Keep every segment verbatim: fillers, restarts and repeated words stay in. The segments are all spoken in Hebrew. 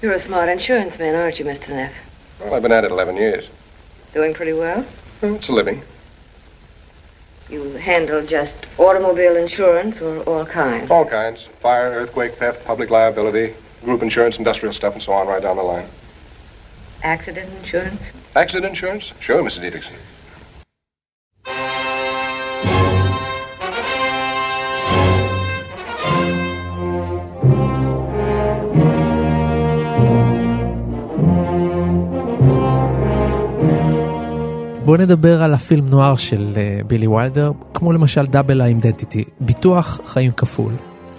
You're a smart insurance man, aren't you, Mister Neff? Well, I've been at it eleven years. Doing pretty well? Well, it's a living. You handle just automobile insurance or all kinds? All kinds. Fire, earthquake, theft, public liability, group insurance, industrial stuff, and so on, right down the line. Accident insurance? Accident insurance? Sure, Missus Dietrichson. בואו נדבר על הפילם נואר של uh, בילי ויילדר, כמו למשל דאבל אידנטיטי, ביטוח חיים כפול.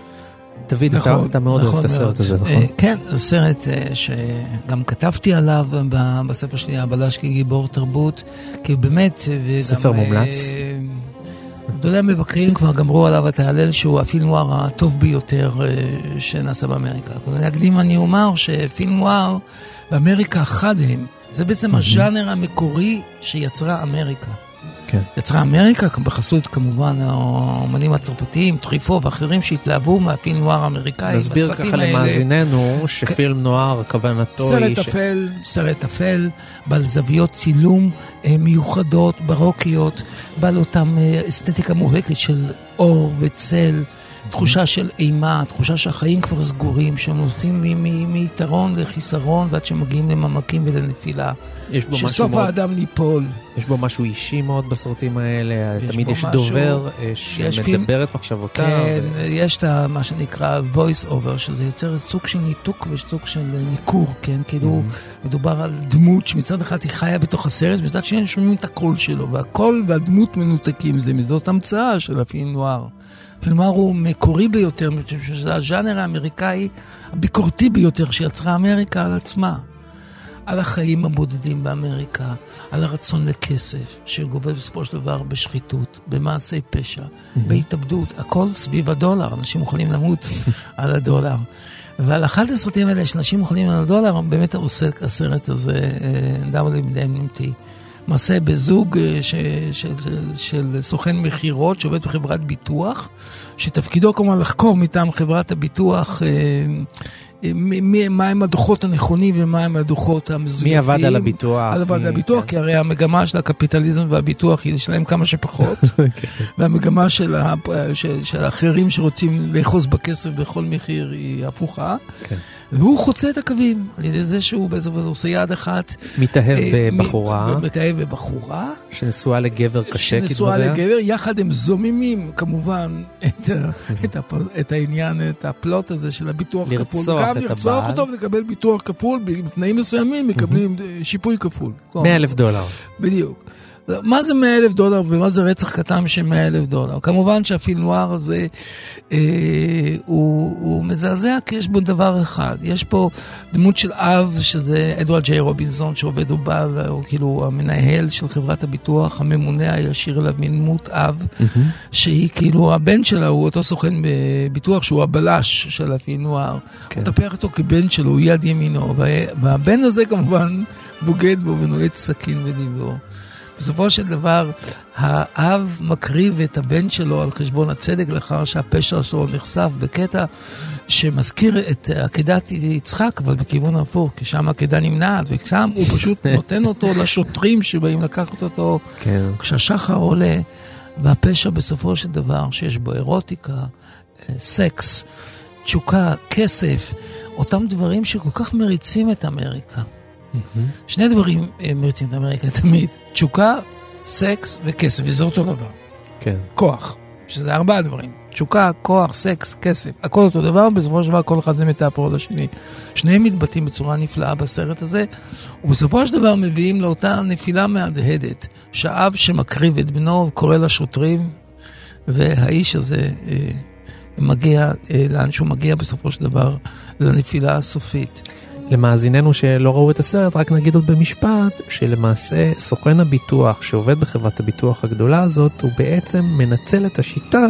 דוד, נכון, אתה, אתה מאוד נכון אוהב את הסרט הזה, נכון? Uh, כן, זה סרט uh, שגם כתבתי עליו בספר שלי, הבלש כגיבור תרבות, כי באמת... ספר וגם, מומלץ. Uh, גדולי המבקרים כבר גמרו עליו את ההלל שהוא הפילם נואר הטוב ביותר uh, שנעשה באמריקה. להקדים אני אומר שפילם נואר באמריקה חד הם, זה בעצם הז'אנר המקורי שיצרה אמריקה. כן. יצרה אמריקה, בחסות כמובן האומנים הצרפתיים, טריפו ואחרים שהתלהבו מהפילם נואר האמריקאי. נסביר ככה למאזיננו שפילם נואר כוונתו סרט אפל, סרט אפל, בעל זוויות צילום מיוחדות, ברוקיות, בעל אותם אסתטיקה מובהקת של אור וצל, תחושה של אימה, תחושה שהחיים כבר סגורים, שהם נוסעים מיתרון לחיסרון, ועד שמגיעים לממקים ולנפילה. שסוף האדם ליפול. יש בו משהו אישי מאוד בסרטים האלה, תמיד יש דובר שמדבר את מחשבותיו. כן, יש את מה שנקרא voice over, שזה יוצר סוג של ניתוק וסוג של ניכור, כן, כאילו מדובר על דמות שמצד אחד היא חיה בתוך הסרט, מצד שני שומעים את הקול שלו, והקול והדמות מנותקים, זה מזאת המצאה של הפילם נואר. פילם נואר הוא מקורי ביותר, שזה הז'אנר האמריקאי הביקורתי ביותר שיצרה אמריקה על עצמה. על החיים הבודדים באמריקה, על הרצון לכסף, שגובל בסופו של דבר בשחיתות, במעשי פשע, mm-hmm. בהתאבדות, הכל סביב הדולר, אנשים מוכנים למות על הדולר. ועל אחד הסרטים האלה, שאנשים מוכנים על הדולר, באמת עוסק הסרט הזה, דאבל אידנטיטי. מעשה בזוג ש, של, של סוכן מחירות שעובד בחברת ביטוח, שתפקידו כמובן לחקור מטעם חברת הביטוח מה הם הדוחות הנכונים ומה הם הדוחות המזויפים. מי עבד על הביטוח? עבד על הביטוח, כי הרי המגמה של הקפיטליזם והביטוח היא לשלם כמה שפחות, והמגמה של האחרים שרוצים לאחוז בכסף בכל מחיר היא הפוכה. והוא חוצה את הקווים, על ידי זה שהוא באיזו עושה יד אחת. מתאהב בבחורה. מתאהב בבחורה. שנשואה לגבר קשה כדבריה. שנשואה לגבר, יחד הם זוממים כמובן את העניין, את הפלוט הזה של הביטוח כפול. לרצוח את הבעל. לרצוח אותו ולקבל ביטוח כפול, בתנאים מסוימים מקבלים שיפוי כפול. מאה אלף דולר. בדיוק. מה זה מאה אלף דולר ומה זה רצח קטן של מאה אלף דולר? כמובן שהפילם נואר הזה אה, הוא, הוא מזעזע, כי יש בו דבר אחד. יש פה דמות של אב, שזה אדוארד ג'יי רובינסון, שעובד הוא בעל, הוא כאילו המנהל של חברת הביטוח, הממונה הישיר אליו מדמות אב, mm-hmm. שהיא כאילו, הבן שלה הוא אותו סוכן ביטוח, שהוא הבלש של הפילם נואר. כן. הוא מטפח אותו כבן שלו, הוא יד ימינו, וה, והבן הזה כמובן בוגד בו ונועץ סכין ודיבור. בסופו של דבר, האב מקריב את הבן שלו על חשבון הצדק לאחר שהפשע שלו נחשף בקטע שמזכיר את עקדת יצחק, אבל בכיוון הפוך, כי שם העקדה נמנעת, ושם הוא פשוט נותן אותו לשוטרים שבאים לקחת אותו, כן. כשהשחר עולה, והפשע בסופו של דבר, שיש בו אירוטיקה, סקס, תשוקה, כסף, אותם דברים שכל כך מריצים את אמריקה. שני דברים מרצים את אמריקה תמיד, תשוקה, סקס וכסף, וזה אותו דבר. כן. כוח, שזה ארבעה דברים. תשוקה, כוח, סקס, כסף, הכל אותו דבר, בסופו של דבר כל אחד זה מטאפור לשני. שניהם מתבטאים בצורה נפלאה בסרט הזה, ובסופו של דבר מביאים לאותה נפילה מהדהדת, שהאב שמקריב את בנו קורא לשוטרים, והאיש הזה אה, מגיע אה, לאן שהוא מגיע בסופו של דבר לנפילה הסופית. למאזיננו שלא ראו את הסרט, רק נגיד עוד במשפט, שלמעשה סוכן הביטוח שעובד בחברת הביטוח הגדולה הזאת, הוא בעצם מנצל את השיטה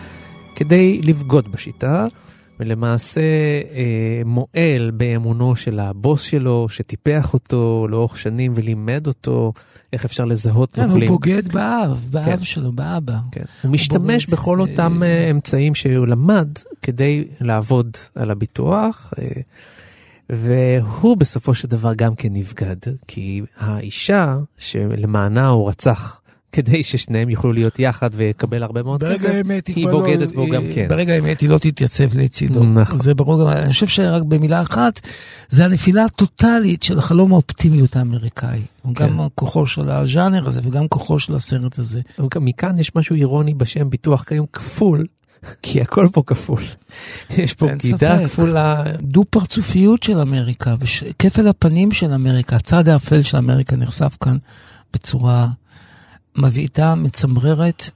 כדי לבגוד בשיטה, ולמעשה אה, מועל באמונו של הבוס שלו, שטיפח אותו לאורך שנים ולימד אותו איך אפשר לזהות נוכלים. הוא בוגד באב, באב כן. שלו, באבא. כן. הוא, הוא משתמש בוגד, בכל אותם אה, אמצעים שהוא למד כדי לעבוד על הביטוח, אה, והוא בסופו של דבר גם כן נבגד, כי האישה שלמענה הוא רצח, כדי ששניהם יוכלו להיות יחד ויקבל הרבה מאוד כסף, היא בוגדת בו גם כן. ברגע האמת היא לא תתייצב לצידו. זה ברור גם, אני חושב שרק במילה אחת, זה הנפילה הטוטלית של החלום האופטימיות האמריקאי. גם כוחו של הז'אנר הזה וגם כוחו של הסרט הזה. מכאן יש משהו אירוני בשם ביטוח קיים כפול, כי הכל פה כפול. יש פה בגידה כפולה. דו פרצופיות של אמריקה, וכפל הפנים של אמריקה, הצד האפל של אמריקה נחשף כאן בצורה מבעיטה, מצמררת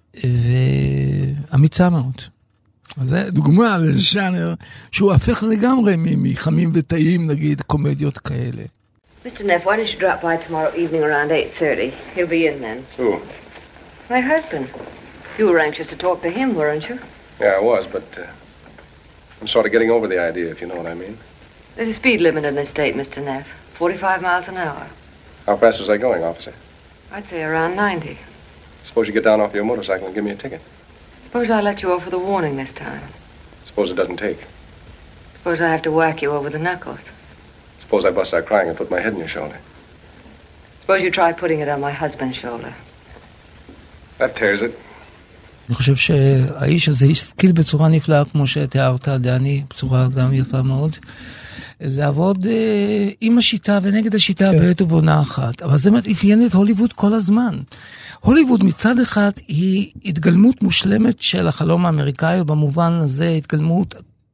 ואמיצה מאוד. אז זה דוגמה לז'אנר שהוא הפך לגמרי מחמים וטעים, נגיד, קומדיות כאלה. Mister Neff, why don't you drop by tomorrow evening around eight thirty? He'll be in then. Who? My husband. You were anxious to talk to him, weren't you? Yeah, I was, but uh, I'm sort of getting over the idea, if you know what I mean. There's a speed limit in this state, Mister Neff. forty-five miles an hour. How fast was I going, officer? I'd say around ninety. Suppose you get down off your motorcycle and give me a ticket. Suppose I let you off with a warning this time. Suppose it doesn't take. Suppose I have to whack you over the knuckles. Suppose I bust out crying and put my head in your shoulder. Suppose you try putting it on my husband's shoulder. That tears it. אני חושב שהאיש הזה השכיל בצורה נפלאה, כמו שתיארת, דני, בצורה גם יפה מאוד, לעבוד אה, עם השיטה ונגד השיטה כן. בעת ובעונה אחת. אבל זה מאפיין את הוליווד כל הזמן. הוליווד מצד אחד היא התגלמות מושלמת של החלום האמריקאי, ובמובן הזה התגלמות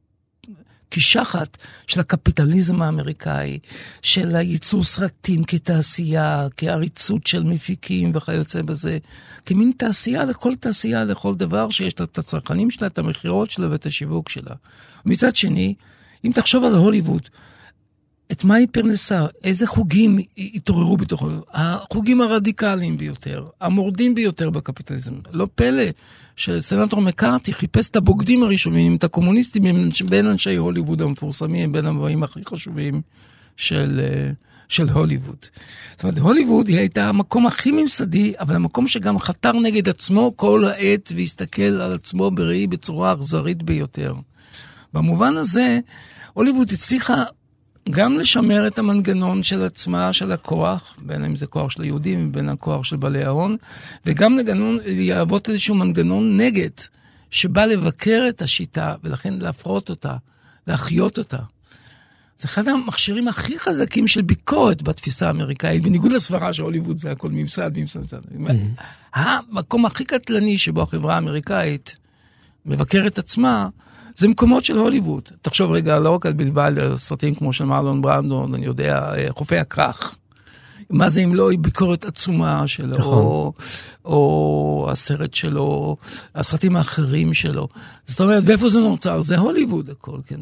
כשחת של הקפיטליזם האמריקאי, של הייצור סרטים כתעשייה, כעריצות של מפיקים וכיוצא בזה, כמין תעשייה לכל תעשייה, לכל דבר שיש לה את הצרכנים שלה, את המחירות שלה ואת השיווק שלה. מצד שני, אם תחשוב על הוליווד, את מה היא פרנסה? איזה חוגים התעוררו בתוכו? החוגים הרדיקליים ביותר, המורדים ביותר בקפיטליזם. לא פלא שסנטור מקארתי חיפש את הבוגדים הראשונים, את הקומוניסטים, בין אנשי הוליווד המפורסמים, בין הדברים הכי חשובים של, של הוליווד. זאת אומרת, הוליווד היא הייתה המקום הכי ממסדי, אבל המקום שגם חתר נגד עצמו כל העת, והסתכל על עצמו בראי בצורה אכזרית ביותר. במובן הזה, הוליווד הצליחה גם לשמר את המנגנון של עצמה, של הכוח, בין אם זה כוח של היהודים, בין הכוח של בעלי ההון, וגם לגנון, יעבוד איזשהו מנגנון נגד, שבא לבקר את השיטה, ולכן להפרות אותה, להחיות אותה. זה אחד המכשירים הכי חזקים של ביקורת בתפיסה האמריקאית, בניגוד לסברה שהוליווד זה הכל ממסד, ממסד, ממסד. המקום הכי קטלני שבו החברה האמריקאית מבקרת את עצמה, זה מקומות של הוליווד. תחשוב רגע, לא רק על בלבד, סרטים כמו של מרלון ברנדו, אני יודע, חופי הכרך. מה זה אם לא היא ביקורת עצומה שלו, או, או הסרט שלו, הסרטים האחרים שלו. זאת אומרת, ואיפה זה נוצר? זה הוליווד הכל, כן.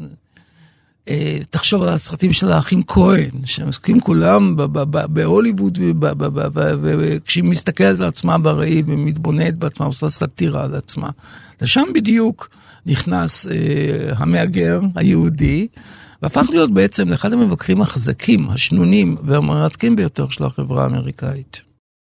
תחשוב על הסרטים של האחים כהן, שעוסקים כולם בהוליווד, וכשהיא מסתכלת על עצמה בראי, ומתבוננת בעצמה, עושה סאטירה על עצמה. לשם בדיוק נכנס אה, המאגר היהודי, והפך להיות בעצם לאחד המבקרים החזקים, השנונים והמרתקים ביותר של החברה האמריקאית.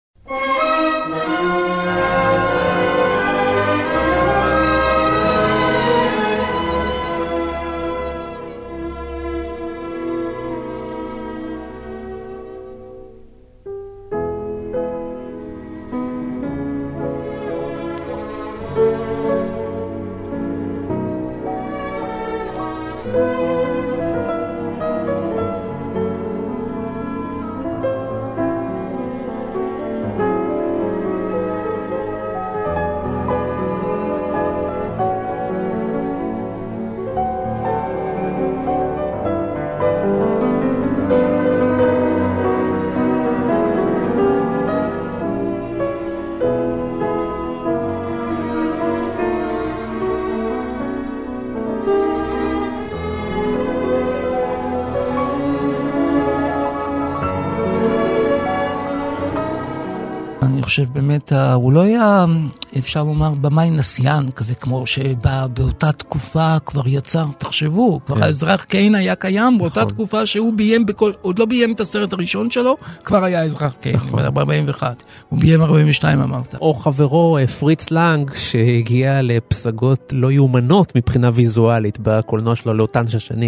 אני חושב באמת, הוא לא היה, אפשר לומר, במאי נסיין, כזה כמו שבא באותה תקופה כבר יצר, תחשבו, כבר האזרח קיין היה קיים, באותה תקופה שהוא ביים, עוד לא ביים את הסרט הראשון שלו, כבר היה האזרח קיין, ב-ארבעים ואחת, הוא ביים ארבעים ושתיים אמרת. או חברו פריץ לנג, שהגיע לפסגות לא יומנות מבחינה ויזואלית, בקולנוע שלו לאותן שנים.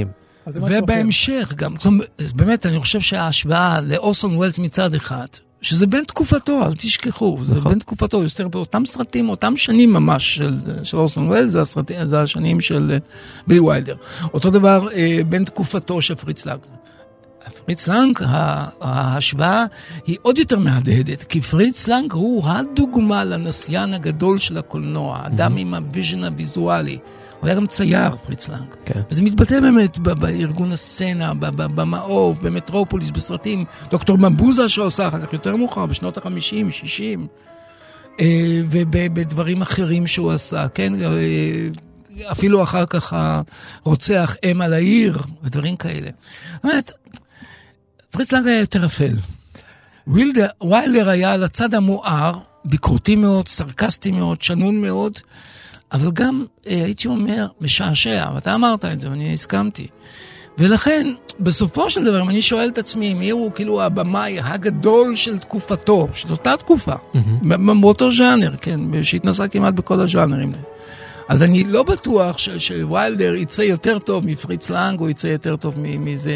ובהמשך גם, באמת אני חושב שההשוואה לאורסון וולס מצד אחד, שזה בין תקופתו, אל תשכחו, זה בין תקופתו, יותר באותם סרטים, אותם שנים ממש של, של אורסון וולס, זה, הסרטים, זה השנים של בילי ויילדר. אותו דבר בין תקופתו של פריץ לנג. פריץ לנג, ההשוואה היא עוד יותר מהדהדת, כי פריץ לנג הוא הדוגמה לנסיין הגדול של הקולנוע, האדם עם הוויז'ן הוויזואלי. הוא היה גם צייר, פריץ לנג. כן. וזה מתבטא באמת בארגון הסצנה, במאוב, במטרופוליס, בסרטים. דוקטור מבוזה שעושה אחר כך יותר מאוחר, בשנות ה-חמישים, שישים, ובדברים אחרים שהוא עשה, כן? אפילו אחר כך הרוצח אם על העיר, ודברים כאלה. זאת אומרת, פריץ לנג היה יותר אפל. ויילדר, ויילדר היה על הצד המואר, ביקורתי מאוד, סרקסטי מאוד, שנון מאוד, אבל גם, הייתי אומר, משעשע, ואתה אמרת את זה, ואני הסכמתי. ולכן, בסופו של דבר, אם אני שואל את עצמי, מי הוא כאילו הבמאי הגדול של תקופתו, של אותה תקופה, באותו ז'אנר, כן, שהתנסה כמעט בכל הז'אנרים. אז אני לא בטוח שוויילדר יצא יותר טוב מפריץ לנג, או יצא יותר טוב מזה,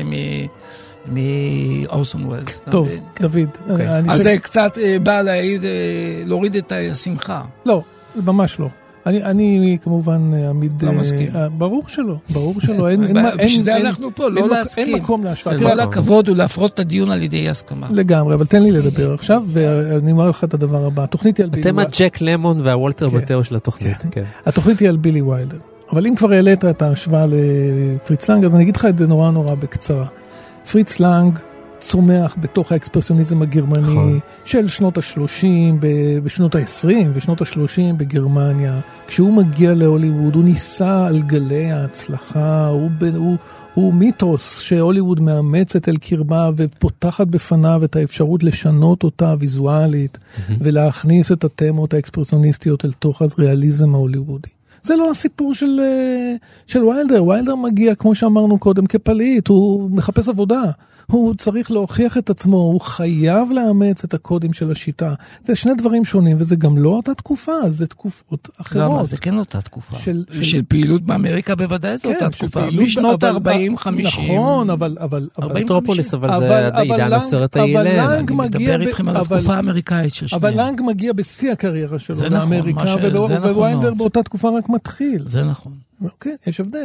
מאורסון וולס. טוב, דוד. אז זה קצת בא להוריד את השמחה. לא, ממש לא. אני, אני כמובן עמיד... לא מסכים. ברור שלא, ברור שלא. אין, בשביל זה אנחנו פה, לא להסכים. אין מקום להשוואה. כל הכבוד הוא להפרות את הדיון על ידי הסכמה. לגמרי, אבל תן לי לדבר עכשיו, ואני אומר לך את הדבר הבא. התוכנית היא על בילי ויילדר. אתם הג'ק למון והוולטר בטאו של התוכנית. התוכנית היא על בילי ויילדר. אבל אם כבר העלית את ההשוואה לפריץ לנג, אז אני אגיד לך את זה נורא נורא בקצרה. פריץ לנג צומח בתוך האקספרסיוניזם הגרמני של שנות ה-שלושים, בשנות ה-עשרים ושנות ה-שלושים בגרמניה. כשהוא מגיע להוליווד, הוא ניסה על גלי ההצלחה, הוא, הוא, הוא מיתוס שהוליווד מאמצת אל קרבה ופותחת בפניו את האפשרות לשנות אותה ויזואלית, mm-hmm. ולהכניס את התמות האקספרסיוניסטיות אל תוך הריאליזם ההוליוודי. זה לא הסיפור של, של ויילדר. ויילדר מגיע, כמו שאמרנו קודם, כפליט, הוא מחפש עבודה. הוא צריך להוכיח את עצמו, הוא חייב לאמץ את הקודים של השיטה. זה שני דברים שונים, וזה גם לא אותה תקופה, זה תקופות אחרות. למה? זה כן אותה תקופה. של, של... של פעילות באמריקה בוודאי זה כן, אותה תקופה. משנות ארבעים חמישים. נכון, אבל... אבל מטרופוליס, אבל, אבל זה עידן הסרט האילם. אני מדבר איתכם על התקופה האמריקאית של שנייה. אבל לנג מגיע בשיא הקריירה שלו לאמריקה, וויילדר באותה תקופה רק מתחיל. זה נכון. אוקיי, יש הבדל.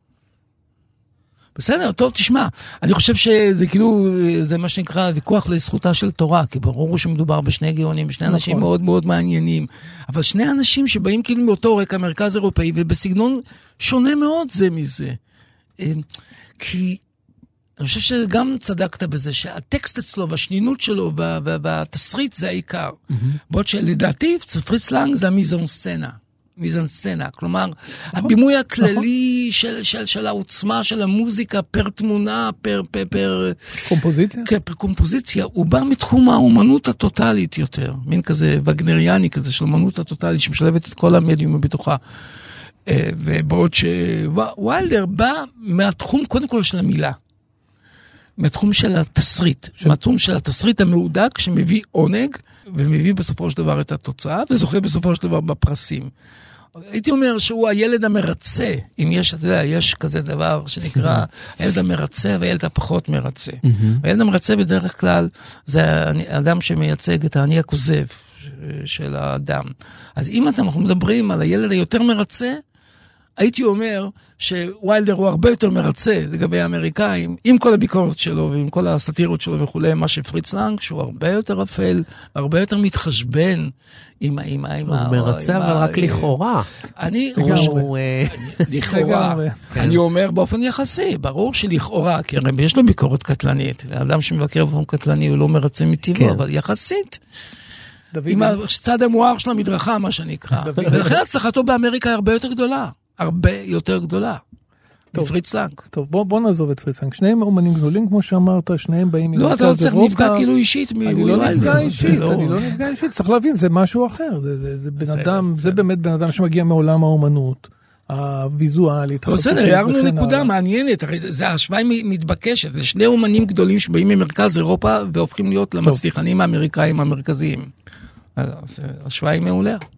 בסדר, טוב, תשמע, אני חושב שזה כאילו, זה מה שנקרא ויכוח לזכותה של תורה, כי ברור שמדובר בשני גאונים, בשני אנשים נכון. מאוד מאוד מעניינים, אבל שני אנשים שבאים כאילו מאותו רקע, מרכז אירופאי, ובסגנון שונה מאוד זה מזה. כי אני חושב שגם צדקת בזה, שהטקסט אצלו והשנינות שלו והתסריט זה העיקר. Mm-hmm. בעוד שלדעתי, פריץ לנג זה המיזון סצנה. מיזון סצנה, כלומר, הבימוי הכללי של, של, של העוצמה של המוזיקה פר תמונה, פר, פר, פר קומפוזיציה? פר קומפוזיציה, הוא בא מתחום האומנות הטוטלית יותר, מין כזה וגנריאני כזה של אומנות הטוטלית שמשלבת את כל המדיום בתוכה. ובעוד שוויילדר בא מהתחום קודם כל של המילה, מהתחום של התסריט, של... מהתחום של התסריט המהודק שמביא עונג, ומביא בסופו של דבר את התוצאה, וזוכה בסופו של דבר בפרסים. הייתי אומר שהוא הילד המרצה, אם יש, אתה יודע, יש כזה דבר שנקרא הילד המרצה והילד הפחות מרצה. הילד המרצה בדרך כלל זה האדם שמייצג את האני הכוזב של האדם. אז אם אנחנו מדברים על הילד היותר מרצה, הייתי אומר שוויילדר הוא הרבה יותר מרצה לגבי האמריקאים, עם כל הביקורת שלו ועם כל הסאטירות שלו וכולי, מה שפריץ לנג, שהוא הרבה יותר אפל, הרבה יותר מתחשבן עם ה... הוא מרצה, אבל רק לכאורה. אני... לכאורה. אני אומר באופן יחסי, ברור שלכאורה, כי הרי יש לו ביקורת קטלנית, האדם שמבקר באופן קטלני הוא לא מרצה מטבעו, אבל יחסית... עם הצד המואר של המדרכה, מה שנקרא. ולכן הצלחתו באמריקה הרבה יותר גדולה. הרבה יותר גדולה. פריץ לנג. טוב, בוא, בוא נעזוב את פריץ לנג. שניהם אומנים גדולים, כמו שאמרת, שניהם באים... לא, אתה לא צריך נפגע כאילו אישית. אני לא נפגע אישית, אני לא נפגע אישית. צריך להבין, זה משהו אחר. זה בן אדם, זה באמת בן אדם שמגיע מעולם האומנות, הוויזואלית. בסדר, הערנו נקודה מעניינת. זה ההשוואה מתבקשת. זה שני אומנים גדולים שבאים ממרכז אירופה, והופכים להיות למצליחנים האמריקאים המרכזיים. השוואה היא מעולה.